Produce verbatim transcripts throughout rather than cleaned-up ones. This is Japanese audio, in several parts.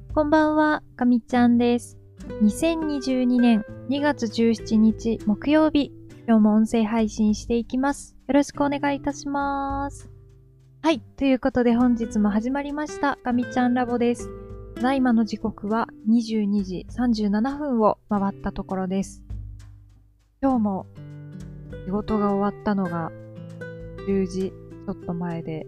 こんばんは、かみちゃんです。にせんにじゅうにねんにがつじゅうしちにち木曜日、今日も音声配信していきます。よろしくお願いいたします。はい、ということで本日も始まりました、かみちゃんラボです。ただいまの時刻はにじゅうにじさんじゅうななふんを回ったところです。今日も仕事が終わったのがじゅうじちょっと前で、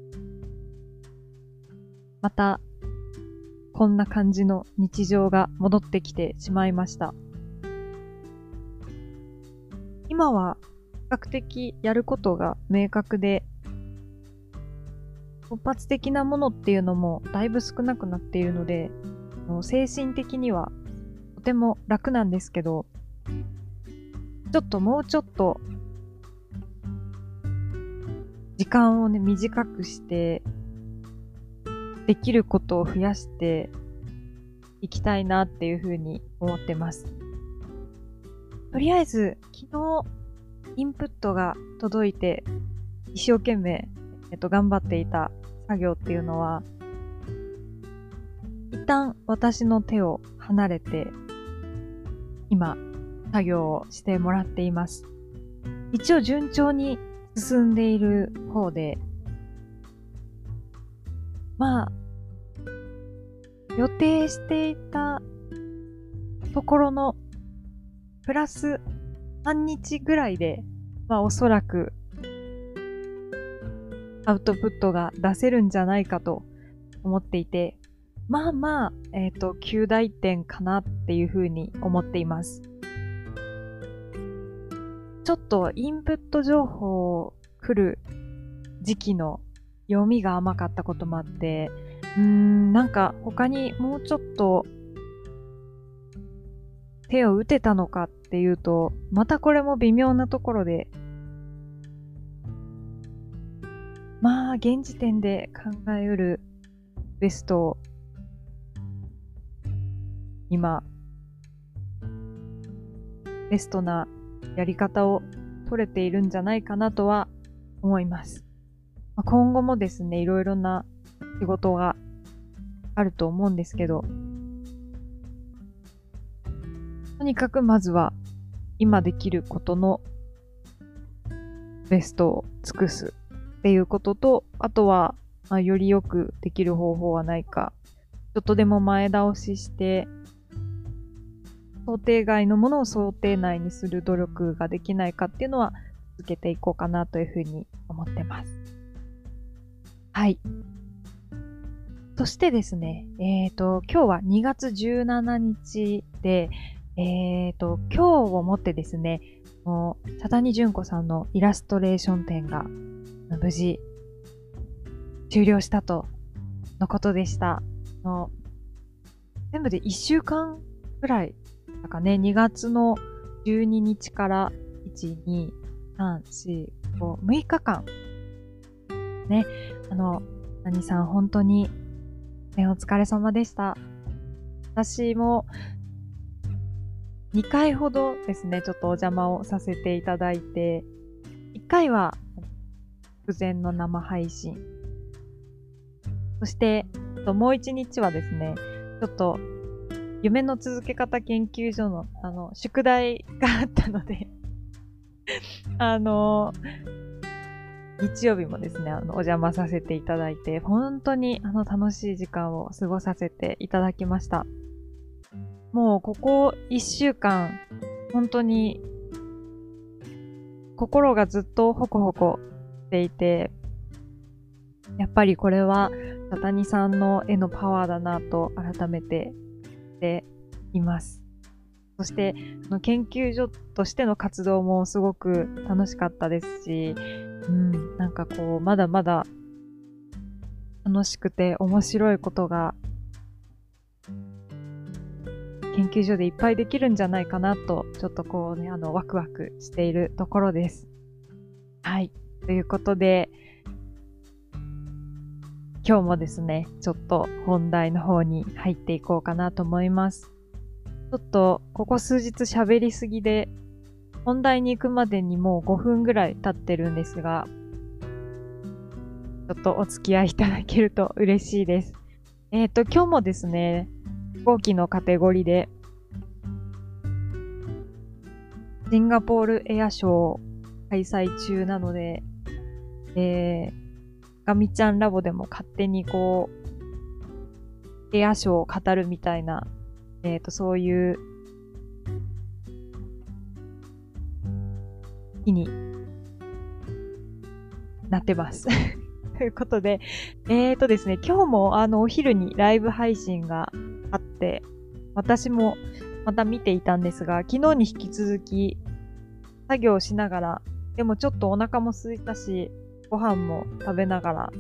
またこんな感じの日常が戻ってきてしまいました。今は比較的やることが明確で、突発的なものっていうのもだいぶ少なくなっているので、精神的にはとても楽なんですけど、ちょっともうちょっと時間をね、短くして、できることを増やしていきたいなっていうふうに思ってます。とりあえず、昨日、インプットが届いて、一生懸命、えっと、頑張っていた作業っていうのは、一旦私の手を離れて、今、作業をしてもらっています。一応順調に進んでいる方で、まあ、予定していたところのプラス半日ぐらいで、まあおそらくアウトプットが出せるんじゃないかと思っていて、まあまあ、えっと、きゅう大点かなっていうふうに思っています。ちょっとインプット情報来る時期の読みが甘かったこともあって、うーん、なんか他にもうちょっと手を打てたのかっていうと、またこれも微妙なところで、まあ現時点で考えうるベストを今、ベストなやり方を取れているんじゃないかなとは思います。今後もですね、いろいろな仕事があると思うんですけど、とにかくまずは今できることのベストを尽くすっていうことと、あとは、まあ、よりよくできる方法はないか、ちょっとでも前倒しして、想定外のものを想定内にする努力ができないかっていうのは続けていこうかなというふうに思ってます。はい。そしてですね、えっと、今日はにがつじゅうしちにちで、えっと、今日をもってですね、茶谷純子さんのイラストレーション展が無事終了したとのことでした。の全部でいっしゅうかんぐらいだかね、にがつのじゅうににちからいち、に、さん、し、ご、むいかかん。ね、あの、谷さん本当に、ね、お疲れ様でした。私もにかいほどですね、ちょっとお邪魔をさせていただいて、いっかいは直前の生配信。そして、もういちにちはですね、ちょっと夢の続け方研究所のあの宿題があったのであの日曜日もですね、あのお邪魔させていただいて、本当にあの楽しい時間を過ごさせていただきました。もうここいっしゅうかん、本当に心がずっとホコホコしていて、やっぱりこれは茶谷さんの絵のパワーだなと改めてています。そして研究所としての活動もすごく楽しかったですし、うん、なんかこうまだまだ楽しくて面白いことが研究所でいっぱいできるんじゃないかなと、ちょっとこうね、あのワクワクしているところです。はい、ということで今日もですね、ちょっと本題の方に入っていこうかなと思います。ちょっとここ数日喋りすぎで、本題に行くまでにもうごふんぐらい経ってるんですが、ちょっとお付き合いいただけると嬉しいです。 えっと、今日もですね、飛行機のカテゴリーで、シンガポールエアショー開催中なので、えー、ガミちゃんラボでも勝手にこう、エアショーを語るみたいな、えっと、そういう日になってます。ということで、えーとですね、今日もあのお昼にライブ配信があって、私もまた見ていたんですが、昨日に引き続き作業しながら、でもちょっとお腹も空いたし、ご飯も食べながら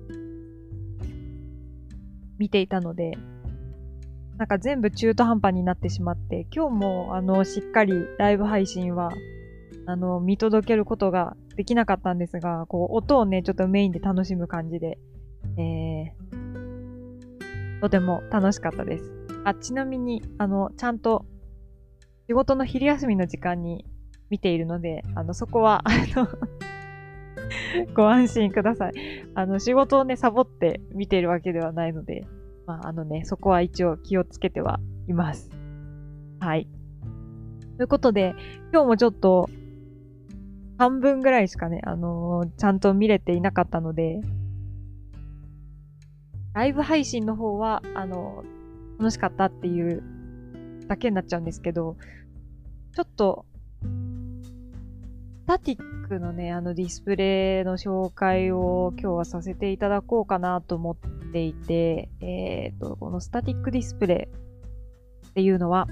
見ていたので、なんか全部中途半端になってしまって、今日もあのしっかりライブ配信はあの見届けることができなかったんですが、こう音をねちょっとメインで楽しむ感じで、えー、とても楽しかったです。あ、ちなみにあのちゃんと仕事の昼休みの時間に見ているので、あのそこはあのご安心ください。あの仕事をねサボって見ているわけではないので、まああのねそこは一応気をつけてはいます。はい。ということで今日もちょっと半分ぐらいしかね、あのー、ちゃんと見れていなかったので、ライブ配信の方は、あのー、楽しかったっていうだけになっちゃうんですけど、ちょっと、スタティックのね、あのディスプレイの紹介を今日はさせていただこうかなと思っていて、えっと、このスタティックディスプレイっていうのは、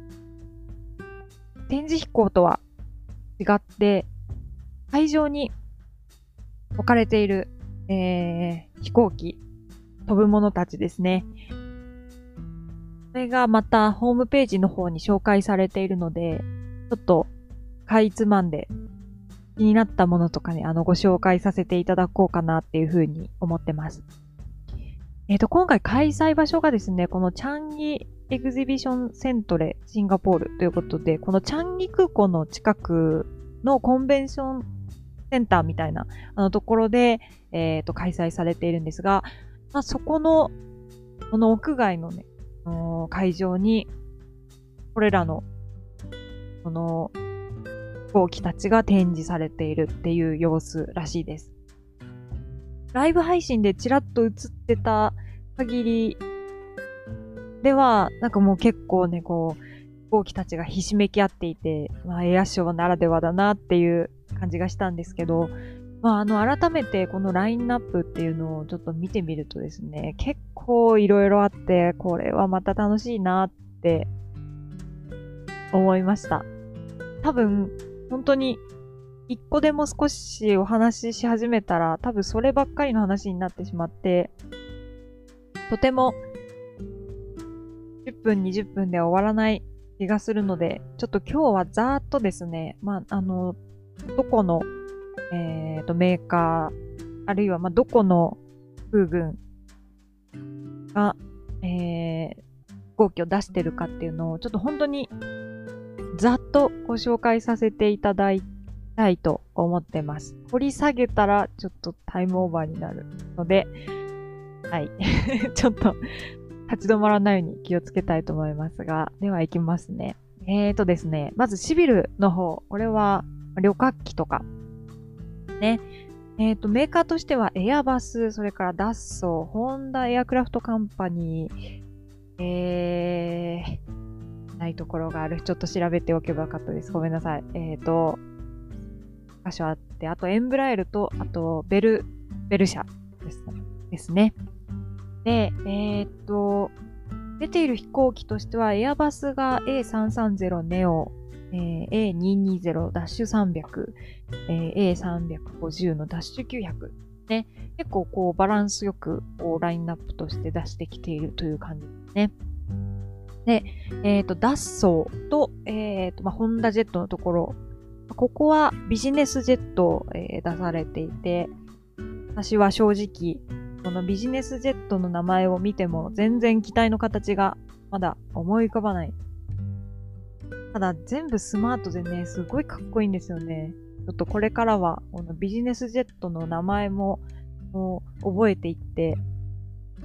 展示飛行とは違って、会場に置かれている、えー、飛行機、飛ぶものたちですね。それがまたホームページの方に紹介されているので、ちょっとかいつまんで気になったものとかね、あのご紹介させていただこうかなっていうふうに思ってます。えっと、今回開催場所がですね、このチャンギエグゼビションセントレシンガポールということで、このチャンギ空港の近くのコンベンションセンターみたいなあのところで、えっと、開催されているんですが、まあ、そこの、この屋外のね、の会場に、これらの、この、飛行機たちが展示されているっていう様子らしいです。ライブ配信でちらっと映ってた限りでは、なんかもう結構ね、こう、飛行機たちがひしめき合っていて、まあ、エアショーならではだなっていう感じがしたんですけど、まあ、あの、改めてこのラインナップっていうのをちょっと見てみるとですね、結構いろいろあって、これはまた楽しいなって思いました。多分、本当に一個でも少しお話しし始めたら、多分そればっかりの話になってしまって、とてもじゅっぷん、にじゅっぷんで終わらない気がするので、ちょっと今日はざーっとですね、まあ、あの、どこの、えっと、メーカー、あるいは、まあ、どこの空軍が、えー、飛行機を出してるかっていうのを、ちょっと本当にざっとご紹介させていただきたいと思ってます。掘り下げたらちょっとタイムオーバーになるので、はい。ちょっと立ち止まらないように気をつけたいと思いますが、では行きますね。えーとですね、まずシビルの方、これは旅客機とか、ね。えーと、メーカーとしてはエアバス、それからダッソー、ホンダエアクラフトカンパニー、えー、ないところがある。ちょっと調べておけばよかったです。ごめんなさい。えーと、箇所あって、あとエンブラエルと、あとベル、ベル社ですですね。で、えーっと、出ている飛行機としては、エアバスが エーさんさんゼロ ネオ、えー、エーにひゃくにじゅうダッシュさんびゃく、えー、エーさんびゃくごじゅう のダッシュきゅうひゃく。ね、結構こうバランスよくこうラインナップとして出してきているという感じですね。で、えっ、と、ダッソーと、えっ、と、まあ、ホンダジェットのところ、ここはビジネスジェットを、えー出されていて、私は正直、このビジネスジェットの名前を見ても全然機体の形がまだ思い浮かばない。ただ全部スマートでね、すごいかっこいいんですよね。ちょっとこれからはこのビジネスジェットの名前ももう覚えていって、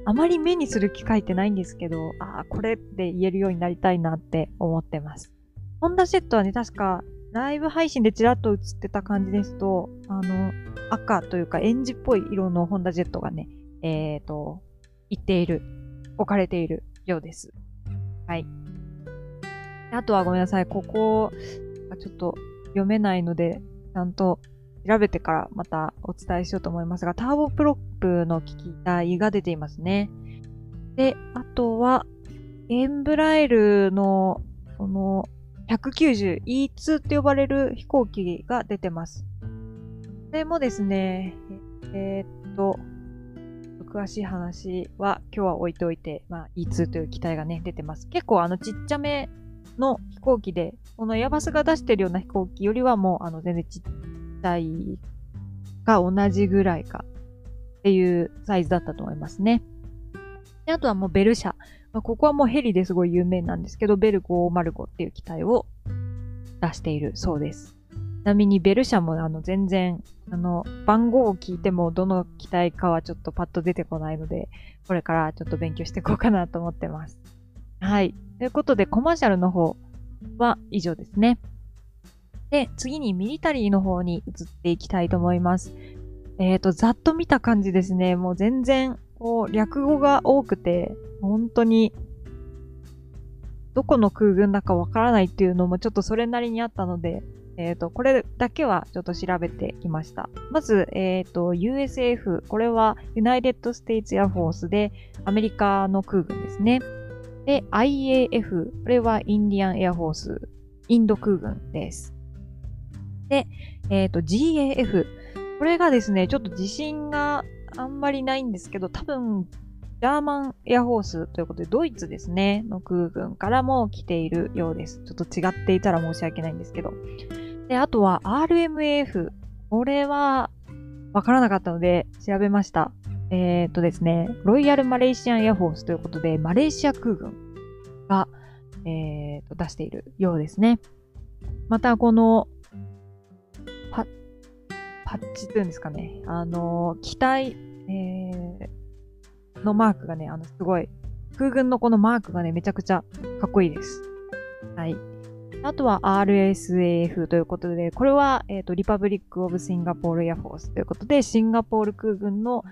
あまり目にする機会ってないんですけど、ああ、これって言えるようになりたいなって思ってます。ホンダジェットはね、確かライブ配信でちらっと映ってた感じですと、あの、赤というかエンジっぽい色のホンダジェットがね、えっと、行っている、置かれているようです。はい。あとはごめんなさい、ここ、ちょっと読めないので、ちゃんと調べてからまたお伝えしようと思いますが、ターボプロップの機体が出ていますね。で、あとは、エンブラエルの、この、ひゃくきゅうじゅうイーツー って呼ばれる飛行機が出てます。これもですね、えー、っと、詳しい話は今日は置いておいて、まあ、イーツー という機体がね、出てます。結構あのちっちゃめの飛行機で、このエアバスが出してるような飛行機よりはもうあの全然ちっちゃいが同じぐらいかっていうサイズだったと思いますね。であとはもうベル社。まあ、ここはもうヘリですごい有名なんですけど、ベルごーまるごっていう機体を出しているそうです。ちなみにベル社もあの全然、あの、番号を聞いてもどの機体かはちょっとパッと出てこないので、これからちょっと勉強していこうかなと思ってます。はい。ということで、コマーシャルの方は以上ですね。で、次にミリタリーの方に移っていきたいと思います。えっと、ざっと見た感じですね。もう全然、こう、略語が多くて、本当に、どこの空軍だかわからないっていうのもちょっとそれなりにあったので、えっと、これだけはちょっと調べてきました。まず、えっと、ユーエスエフ。これは United States Air Force で、アメリカの空軍ですね。で、アイエーエフ。これはインディアンエアフォース。インド空軍です。で、えっと、ジーエーエフ。これがですね、ちょっと自信があんまりないんですけど、多分、ジャーマンエアフォースということで、ドイツですね、の空軍からも来ているようです。ちょっと違っていたら申し訳ないんですけど。で、あとは アールエムエーエフ。これは、わからなかったので、調べました。えっとですね、ロイヤルマレーシアンエアフォースということで、マレーシア空軍が、えー、と出しているようですね。また、この、パ、パッチっていうんですかね。あの、機体、えー、のマークがね、あの、すごい、空軍のこのマークがね、めちゃくちゃかっこいいです。はい。あとは アールエスエーエフ ということで、これは、えっと、リパブリック・オブ・シンガポール・エアフォースということで、シンガポール空軍の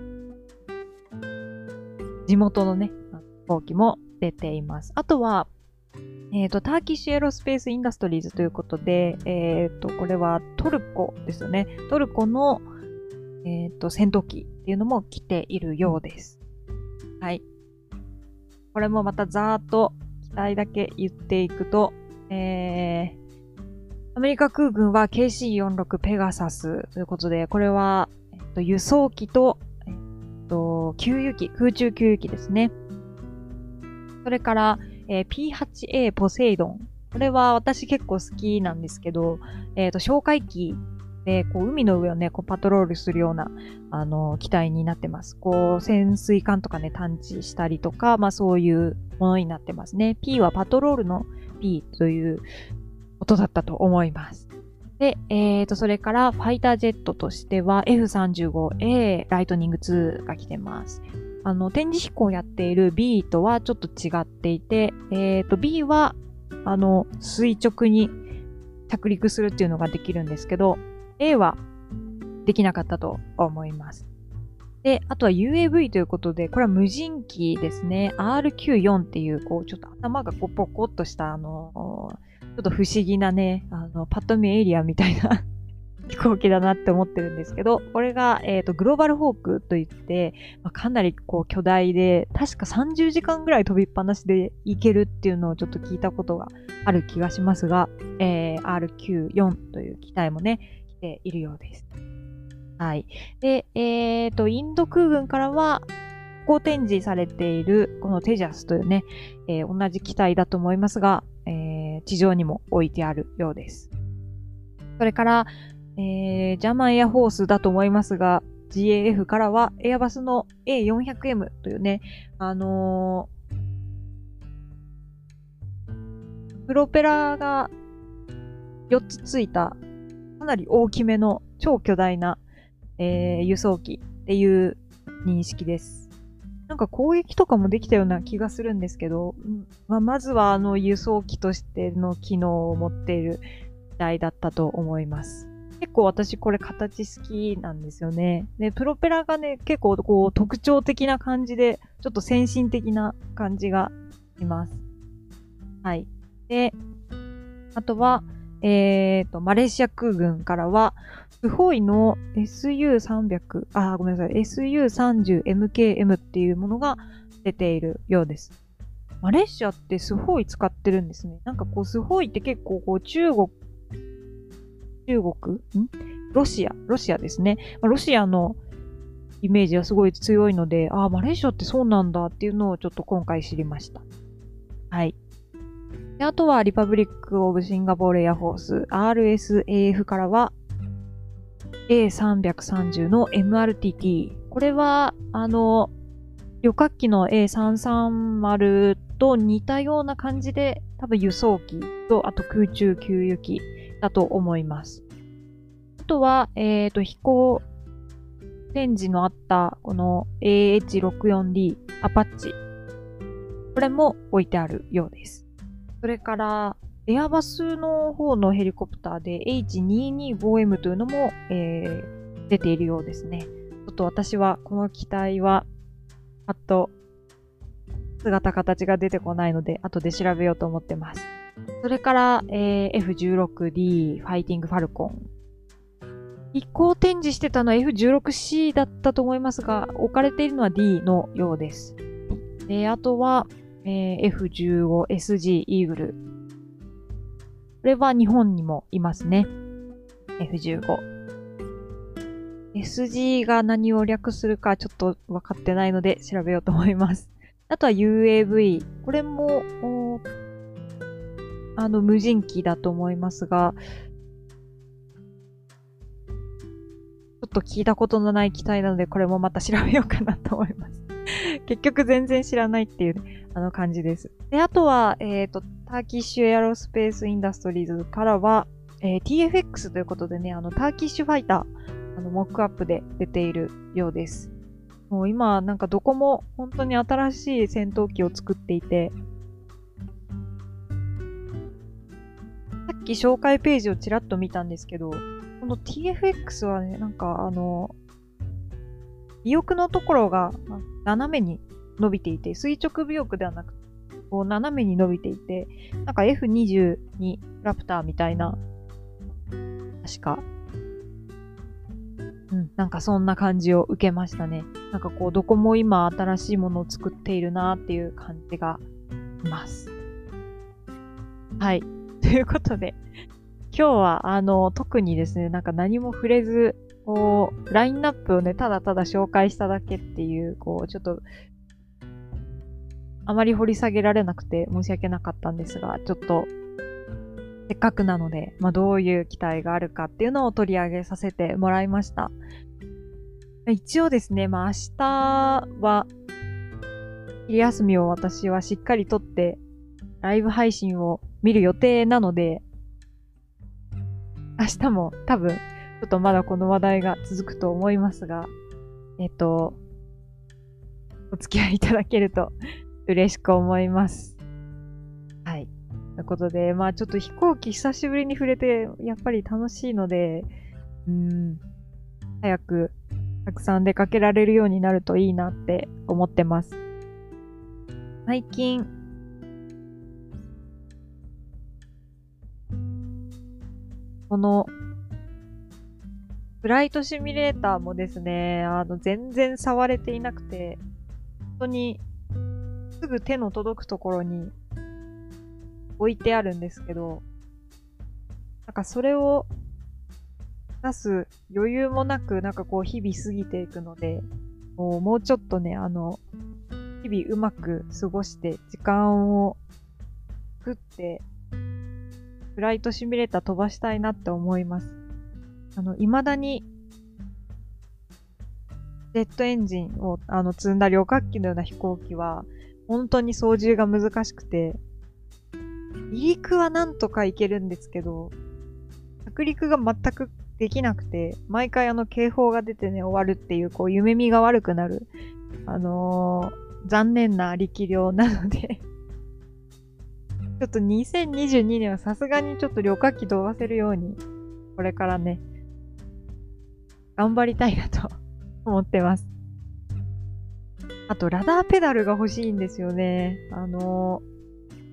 地元のね、飛行機も出ています。あとは、えっと、ターキッシュエロスペースインダストリーズということで、えっと、これはトルコですよね。トルコの、えっと、戦闘機っていうのも来ているようです。はい。これもまたざーっと機体だけ言っていくと、えー、アメリカ空軍は ケーシーよんじゅうろく ペガサスということで、これは、えっと、輸送機と、えっと、給油機、空中給油機ですね。それから、えー、ピーはちエー ポセイドン。これは私結構好きなんですけど、えっと、哨戒機で、こう、海の上をね、こう、パトロールするような、あの、機体になってます。こう、潜水艦とかね、探知したりとか、まあそういうものになってますね。P はパトロールの P という音だったと思います。で、えっと、それからファイタージェットとしては エフさんじゅうごエー ライトニングツーが来てます。あの、展示飛行をやっている B とはちょっと違っていて、えっと、B は、あの、垂直に着陸するっていうのができるんですけど、A はできなかったと思います。で、あとは ユーエーブイ ということで、これは無人機ですね。アールキューよん っていう、こう、ちょっと頭がこうポコッとした、あの、ちょっと不思議なね、あの、パッと見エイリアンみたいな飛行機だなって思ってるんですけど、これが、えっと、グローバルホークといって、まあ、かなりこう巨大で、確かさんじゅうじかんぐらい飛びっぱなしで行けるっていうのをちょっと聞いたことがある気がしますが、えー、アールキューよん という機体もね、来ているようです。はい。で、えっと、インド空軍からは、こう展示されている、このテジャスというね、えー、同じ機体だと思いますが、えー、地上にも置いてあるようです。それから、えー、ジャーマンエアフォースだと思いますが、ジーエーエフ からはエアバスの エーよんひゃくエム というね、あのー、プロペラがよっつついた、かなり大きめの超巨大な、えー、輸送機っていう認識です。 なんか攻撃とかもできたような気がするんですけど、うんまあ、まずはあの輸送機としての機能を持っている機体だったと思います。結構私これ形好きなんですよね。で、プロペラがね、結構こう特徴的な感じで、ちょっと先進的な感じがします。はい。で、あとは、えーと、マレーシア空軍からは、スホイの エスユーさんびゃく、あ、ごめんなさい、エスユーさんじゅうエムケーエム っていうものが出ているようです。マレーシアってスホイ使ってるんですね。なんかこう、スホイって結構こう、中国、中国んロシア、ロシアですね。ロシアのイメージはすごい強いので、あ、マレーシアってそうなんだっていうのをちょっと今回知りました。はい。であとは、リパブリック・オブ・シンガポール・エアフォース アールエスエーエフ からは、エーさんびゃくさんじゅう の エムアールティーティー。これは、あの、旅客機の エーさんさんまる と似たような感じで、多分輸送機と、あと空中給油機だと思います。あとは、えっと、飛行展示のあった、この エーエイチろくじゅうよんディー アパッチ。これも置いてあるようです。それから、エアバスの方のヘリコプターで エイチにーにーごエム というのも、えー、出ているようですね。ちょっと私はこの機体は、あと、姿形が出てこないので、後で調べようと思ってます。それから、えー、エフじゅうろくディー ファイティングファルコン。飛行展示してたのは エフじゅうろくシー だったと思いますが、置かれているのは D のようです。で、あとは、えー、エフじゅうごエスジー イーグル。これは日本にもいますね。エフじゅうご。エスジー が何を略するかちょっと分かってないので調べようと思います。あとは ユーエーブイ。これも、あの、無人機だと思いますが、ちょっと聞いたことのない機体なので、これもまた調べようかなと思います。結局全然知らないっていう、ね、あの感じです。で、あとは、えっと、ターキッシュエアロスペースインダストリーズからは、えー、ティーエフエックス ということでね、あの、ターキッシュファイター、あの、モックアップで出ているようです。もう今、なんかどこも本当に新しい戦闘機を作っていて、さっき紹介ページをちらっと見たんですけど、この ティーエフエックス はね、なんかあの、尾翼のところが斜めに伸びていて、垂直尾翼ではなくて、こう斜めに伸びていて、なんか エフにじゅうに ラプターみたいな、確か、うん、なんかそんな感じを受けましたね。なんかこう、どこも今新しいものを作っているなっていう感じがします。はい。ということで、今日はあの、特にですね、なんか何も触れず、こう、ラインナップをね、ただただ紹介しただけっていう、こう、ちょっと、あまり掘り下げられなくて申し訳なかったんですが、ちょっと、せっかくなので、まあ、どういう機体があるかっていうのを取り上げさせてもらいました。一応ですね、まあ、明日は、昼休みを私はしっかりとって、ライブ配信を見る予定なので、明日も多分、ちょっとまだこの話題が続くと思いますが、えっと、お付き合いいただけると嬉しく思います。はい。ということで、まあちょっと飛行機久しぶりに触れて、やっぱり楽しいので、うーん、早くたくさん出かけられるようになるといいなって思ってます。最近、この、フライトシミュレーターもですね、あの、全然触れていなくて、本当に、すぐ手の届くところに置いてあるんですけど、なんかそれを出す余裕もなく、なんかこう日々過ぎていくので、もうもうちょっとね、あの、日々うまく過ごして時間を作って、フライトシミュレーター飛ばしたいなって思います。あの、未だに、ジェットエンジンをあの積んだ旅客機のような飛行機は、本当に操縦が難しくて、離陸はなんとか行けるんですけど、着陸が全くできなくて、毎回あの警報が出てね、終わるっていう、こう、夢見が悪くなるあのー、残念な力量なのでちょっとにせんにじゅうにねんはさすがにちょっと旅客機飛ばせるように、これからね、頑張りたいなと思ってます。あと、ラダーペダルが欲しいんですよね。あのー、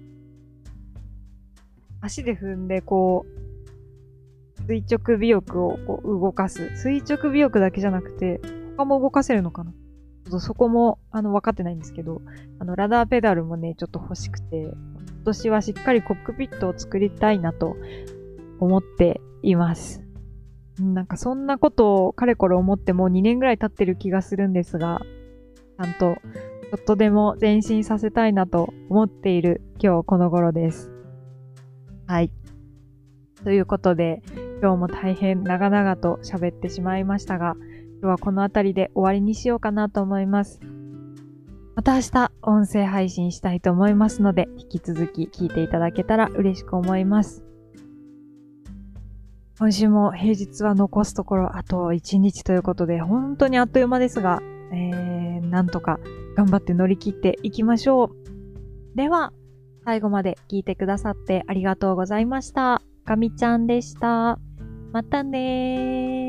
足で踏んで、こう、垂直尾翼をこう動かす。垂直尾翼だけじゃなくて、他も動かせるのかな？ちょっとそこも、あの、分かってないんですけど、あの、ラダーペダルもね、ちょっと欲しくて、今年はしっかりコックピットを作りたいなと思っています。なんかそんなことをかれこれ思ってもうにねんぐらい経ってる気がするんですが、ちゃんとちょっとでも前進させたいなと思っている今日この頃です。はい。ということで、今日も大変長々と喋ってしまいましたが、今日はこの辺りで終わりにしようかなと思います。また明日音声配信したいと思いますので、引き続き聞いていただけたら嬉しく思います。今週も平日は残すところあといちにちということで、本当にあっという間ですが、えー、なんとか頑張って乗り切っていきましょう。では、最後まで聞いてくださってありがとうございました。かみちゃんでした。またねー。